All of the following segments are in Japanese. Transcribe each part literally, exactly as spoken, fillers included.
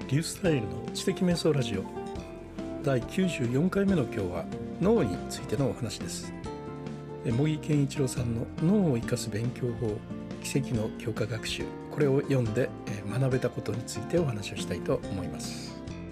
リュースタイルの知的瞑想ラジオだいきゅうじゅうよんかいめの今日は脳についてのお話です。茂木健一郎さんの脳を生かす勉強法奇跡の強化学習、これを読んで学べたことについてお話をしたいと思います。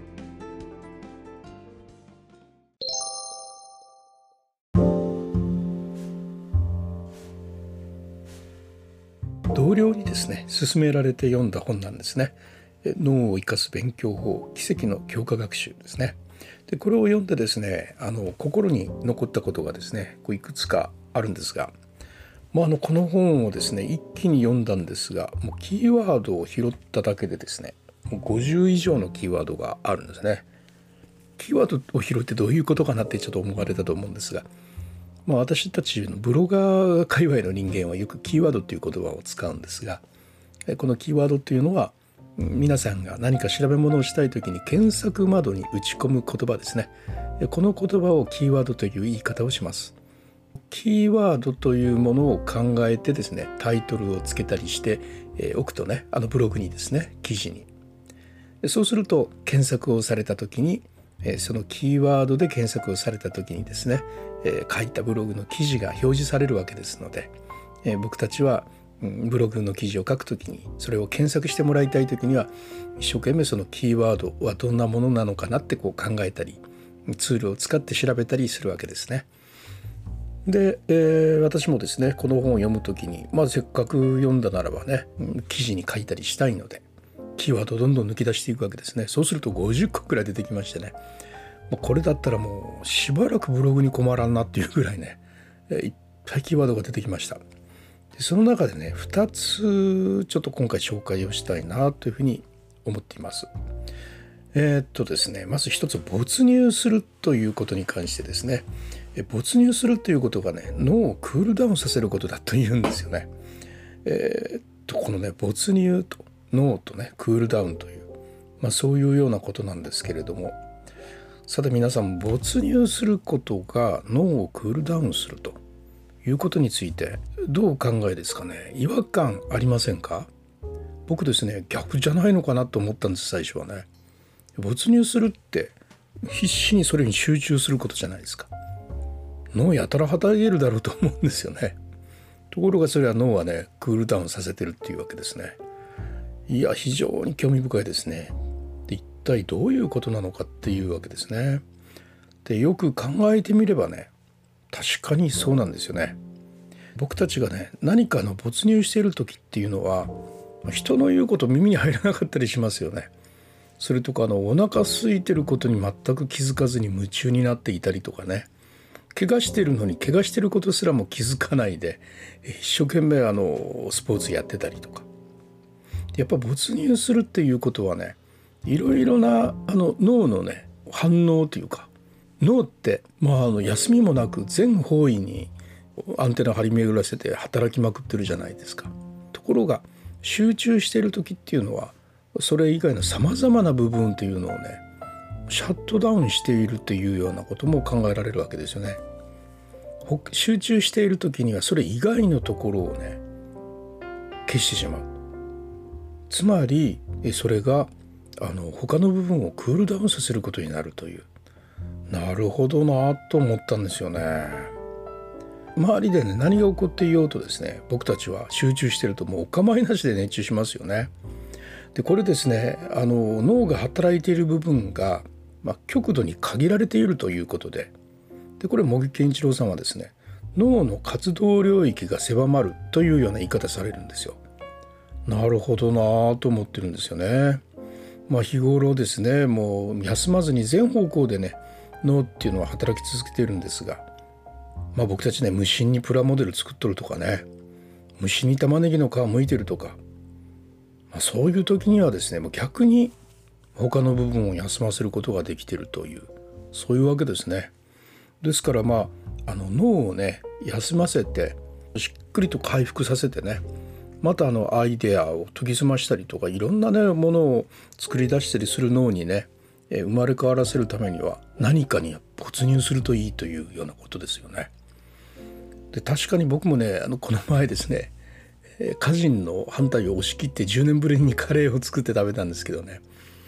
同僚にですね勧められて読んだ本なんですね。脳を生かす勉強法奇跡の強化学習ですね。でこれを読んでですねあの心に残ったことがですねこういくつかあるんですが、まあ、あのこの本をですね一気に読んだんですが、もうキーワードを拾っただけでですねもうごじゅう以上のキーワードがあるんですね。キーワードを拾ってどういうことかなってちょっと思われたと思うんですが、まあ、私たちのブロガー界隈の人間はよくキーワードという言葉を使うんですが、このキーワードというのは皆さんが何か調べ物をしたいときに検索窓に打ち込む言葉ですね。この言葉をキーワードという言い方をします。キーワードというものを考えてですねタイトルをつけたりしておくとね、あのブログにですね記事に、そうすると検索をされたときにそのキーワードで検索をされたときにですね書いたブログの記事が表示されるわけですので、僕たちはブログの記事を書くときにそれを検索してもらいたいときには一生懸命そのキーワードはどんなものなのかなってこう考えたりツールを使って調べたりするわけですね。で、えー、私もですねこの本を読むときに、まあ、せっかく読んだならばね記事に書いたりしたいのでキーワードをどんどん抜き出していくわけですね。そうするとごじゅっこくらい出てきましてね、これだったらもうしばらくブログに困らんなっていうぐらいねいっぱいキーワードが出てきました。でその中でねふたつちょっと今回紹介をしたいなというふうに思っています。えー、っとですねまず一つ、没入するということに関してですね、え没入するということがね脳をクールダウンさせることだというんですよね。えー、っとこのね没入と脳とねクールダウンという、まあ、そういうようなことなんですけれども、さて皆さん、没入することが脳をクールダウンするということについてどうお考えですかね。違和感ありませんか？僕ですね逆じゃないのかなと思ったんです。最初はね没入するって必死にそれに集中することじゃないですか。脳やたら働けるだろうと思うんですよね。ところがそれは脳はねクールダウンさせてるっていうわけですね。いや非常に興味深いですね。で一体どういうことなのかっていうわけですね。でよく考えてみればね確かにそうなんですよね。僕たちがね何かの没入している時っていうのは人の言うこと耳に入らなかったりしますよね。それとかあのお腹空いてることに全く気づかずに夢中になっていたりとかね、怪我してるのに怪我してることすらも気づかないで一生懸命あのスポーツやってたりとか、やっぱ没入するっていうことはねいろいろなあの脳のね反応というか、脳って、まあ、あの休みもなく全方位にアンテナ張り巡らせて働きまくってるじゃないですか。ところが集中している時っていうのはそれ以外のさまざまな部分っていうのをねシャットダウンしているっていうようなことも考えられるわけですよね。集中している時にはそれ以外のところをね消してしまう。つまりそれがあの他の部分をクールダウンさせることになるという、なるほどなと思ったんですよね。周りでね何が起こっていようとですね僕たちは集中してるともうお構いなしで熱中しますよね。でこれですねあの脳が働いている部分が、まあ、極度に限られているということで、でこれ茂木健一郎さんはですね脳の活動領域が狭まるというような言い方されるんですよ。なるほどなと思ってるんですよね。まあ日頃ですねもう休まずに全方向でね脳っていうのは働き続けているんですが、まあ僕たちね無心にプラモデル作っとるとかね、無心に玉ねぎの皮剥いてるとか、まあ、そういう時にはですねもう逆に他の部分を休ませることができているという、そういうわけですね。ですからまああの脳をね休ませてしっくりと回復させてね、またあのアイデアを研ぎ澄ましたりとかいろんなねものを作り出したりする脳にね生まれ変わらせるためには何かに没入するといいというようなことですよね。で確かに僕もねあのこの前ですね家人の反対を押し切ってじゅうねんぶりにカレーを作って食べたんですけどね、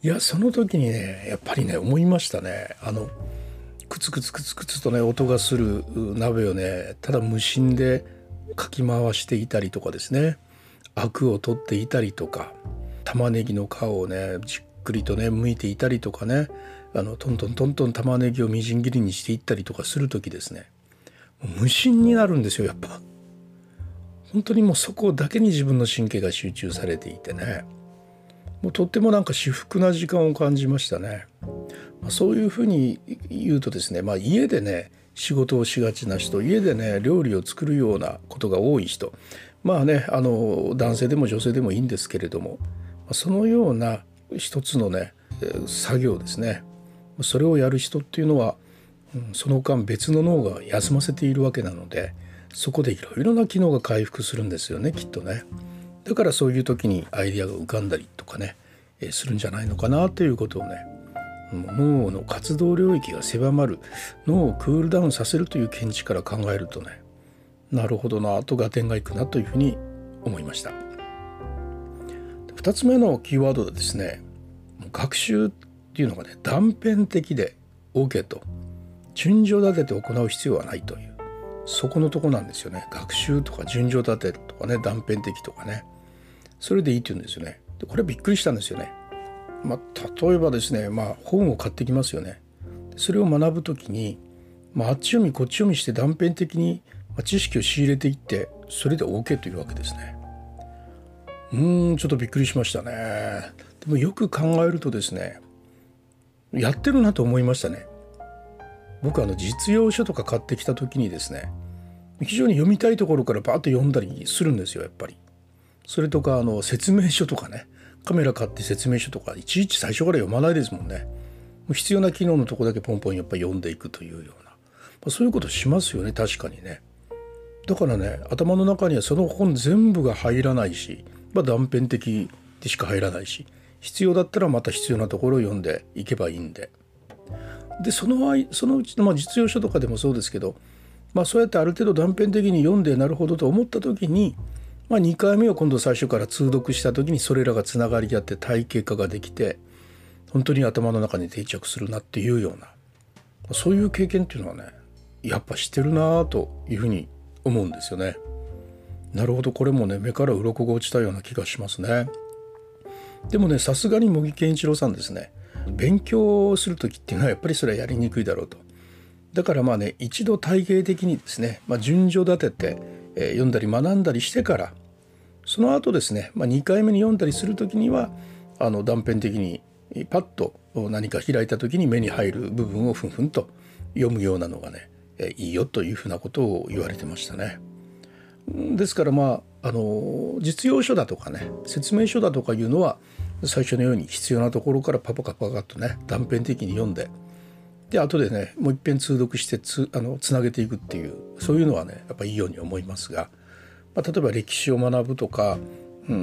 いやその時にねやっぱりね思いましたね。あのクツクツクツクツとね音がする鍋をねただ無心でかき回していたりとかですね、アクを取っていたりとか、玉ねぎの皮をねじっくりとね剥いていたりとかね、あのトントントントン玉ねぎをみじん切りにしていったりとかする時ですね、無心になるんですよ。やっぱ本当にもうそこだけに自分の神経が集中されていてね、もうとってもなんか至福な時間を感じましたね。まあ、そういうふうに言うとですね、まあ、家でね仕事をしがちな人、家でね料理を作るようなことが多い人、まあねあの男性でも女性でもいいんですけれども、そのような一つのね作業ですね、それをやる人っていうのは、うん、その間別の脳が休ませているわけなので、そこでいろいろな機能が回復するんですよね、きっとね。だからそういう時にアイデアが浮かんだりとかね、えーするんじゃないのかなということをね、脳の活動領域が狭まる、脳をクールダウンさせるという見地から考えるとね、なるほどなと合点がいくなというふうに思いました。ふたつめのキーワードでですね、学習っていうのがね断片的で OK と、順序立てて行う必要はないという、そこのとこなんですよね。学習とか順序立てとかね、断片的とかね、それでいいって言うんですよね。でこれびっくりしたんですよね。まあ、例えばですね、まあ、本を買ってきますよね。それを学ぶときに、まあ、あっち読みこっち読みして断片的に知識を仕入れていって、それで OK というわけですね。うーんちょっとびっくりしましたね。でもよく考えるとですね、やってるなと思いましたね。僕あの実用書とか買ってきた時にですね、非常に読みたいところからバーッと読んだりするんですよ、やっぱり。それとかあの説明書とかね、カメラ買って説明書とかいちいち最初から読まないですもんね。もう必要な機能のとこだけポンポンやっぱり読んでいくというような、まあ、そういうことしますよね、確かにね。だからね、頭の中にはその本全部が入らないし、まあ、断片的でしか入らないし、必要だったらまた必要なところを読んでいけばいいんで、でその間そのうちの、まあ、実用書とかでもそうですけど、まあ、そうやってある程度断片的に読んでなるほどと思った時に、まあ、にかいめを今度最初から通読した時にそれらがつながり合って体系化ができて、本当に頭の中に定着するなっていうような、そういう経験っていうのはねやっぱしてるなというふうに思うんですよね。なるほど、これもね目から鱗が落ちたような気がしますね。でもね、さすがに茂木健一郎さんですね、勉強する時っていうのはやっぱりそれはやりにくいだろうと。だからまあね、一度体系的にですね、まあ、順序立てて、えー読んだり学んだりしてから、その後ですね、まあ、にかいめに読んだりする時にはあの断片的にパッと何か開いた時に目に入る部分をふんふんと読むようなのがね、えーいいよというふうなことを言われてましたね。ですからまあ、あの実用書だとかね、説明書だとかいうのは最初のように必要なところからパパカパカッとね断片的に読んで、で後でねもう一遍通読してつあのつなげていくっていう、そういうのはねやっぱいいように思いますが、まあ、例えば歴史を学ぶとか、うん、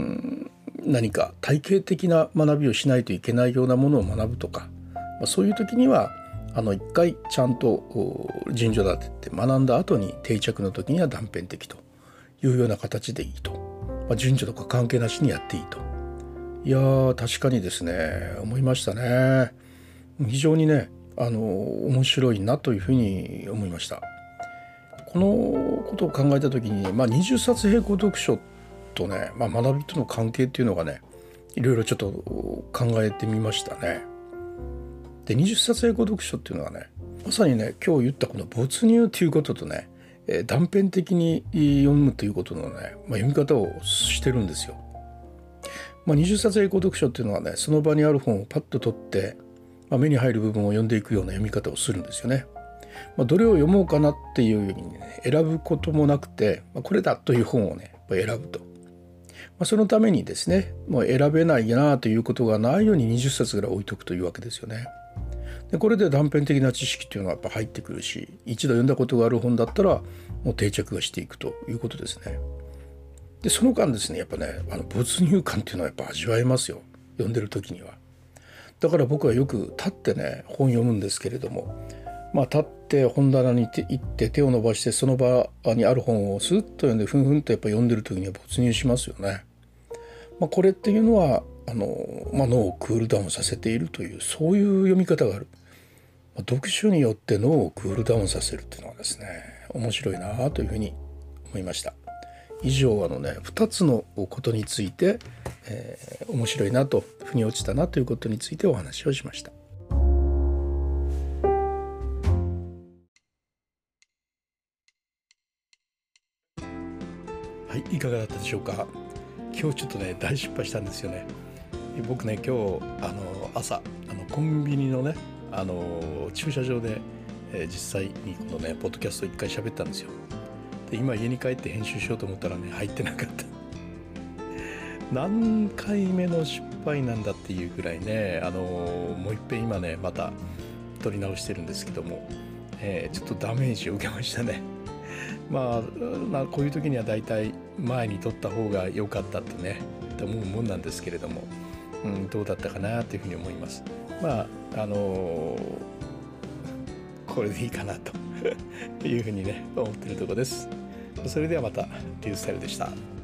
何か体系的な学びをしないといけないようなものを学ぶとか、まあ、そういう時にはあの一回ちゃんと順序立てて学んだ後に定着の時には断片的というような形でいいと、まあ、順序とか関係なしにやっていいと。いやー確かにですね思いましたね。非常にねあの面白いなというふうに思いました。このことを考えた時に、まあ、にじゅっさつ並行読書とね、まあ、学びとの関係っていうのがねいろいろちょっと考えてみましたね。でにじゅっさつ並行読書っていうのはね、まさにね今日言ったこの没入っていうこととね、えー断片的に読むということのね、まあ、読み方をしてるんですよ。まあ、にじゅっさつ並行読書っていうのはね、その場にある本をパッと取って、まあ、目に入る部分を読んでいくような読み方をするんですよね。まあ、どれを読もうかなっていうようにね選ぶこともなくて、まあ、これだという本をねやっぱ選ぶと、まあ、そのためにですねもう選べないなということがないようににじゅっさつぐらい置いとくというわけですよね。でこれで断片的な知識っていうのはやっぱ入ってくるし、一度読んだことがある本だったらもう定着がしていくということですね。でその間ですねやっぱねあの没入感っていうのはやっぱ味わえますよ、読んでる時には。だから僕はよく立ってね本読むんですけれども、まあ立って本棚に行って手を伸ばしてその場にある本をスッと読んでふんふんとやっぱ読んでる時には没入しますよね。まあ、これっていうのはあの、まあ、脳をクールダウンさせているという、そういう読み方がある。まあ、読書によって脳をクールダウンさせるっていうのはですね、面白いなというふうに思いました。以上、あのね、ふたつのことについて、えー、面白いなと、腑に落ちたなということについてお話をしました。はい、いかがだったでしょうか。今日ちょっとね、大失敗したんですよね。僕ね、今日あの朝あのコンビニのね、あの駐車場で、えー、実際にこのねポッドキャスト一回喋ったんですよ。で、今家に帰って編集しようと思ったらね、入ってなかった。何回目の失敗なんだっていうぐらいね、あのもう一遍今ねまた撮り直してるんですけども、えー、ちょっとダメージを受けましたね。まあ、まあ、こういう時にはだいたい前に撮った方が良かったってねって思うもんなんですけれども、うん、どうだったかなというふうに思います。まああのー、これでいいかなというふうにね思ってるところです。それではまた、リュースタイルでした。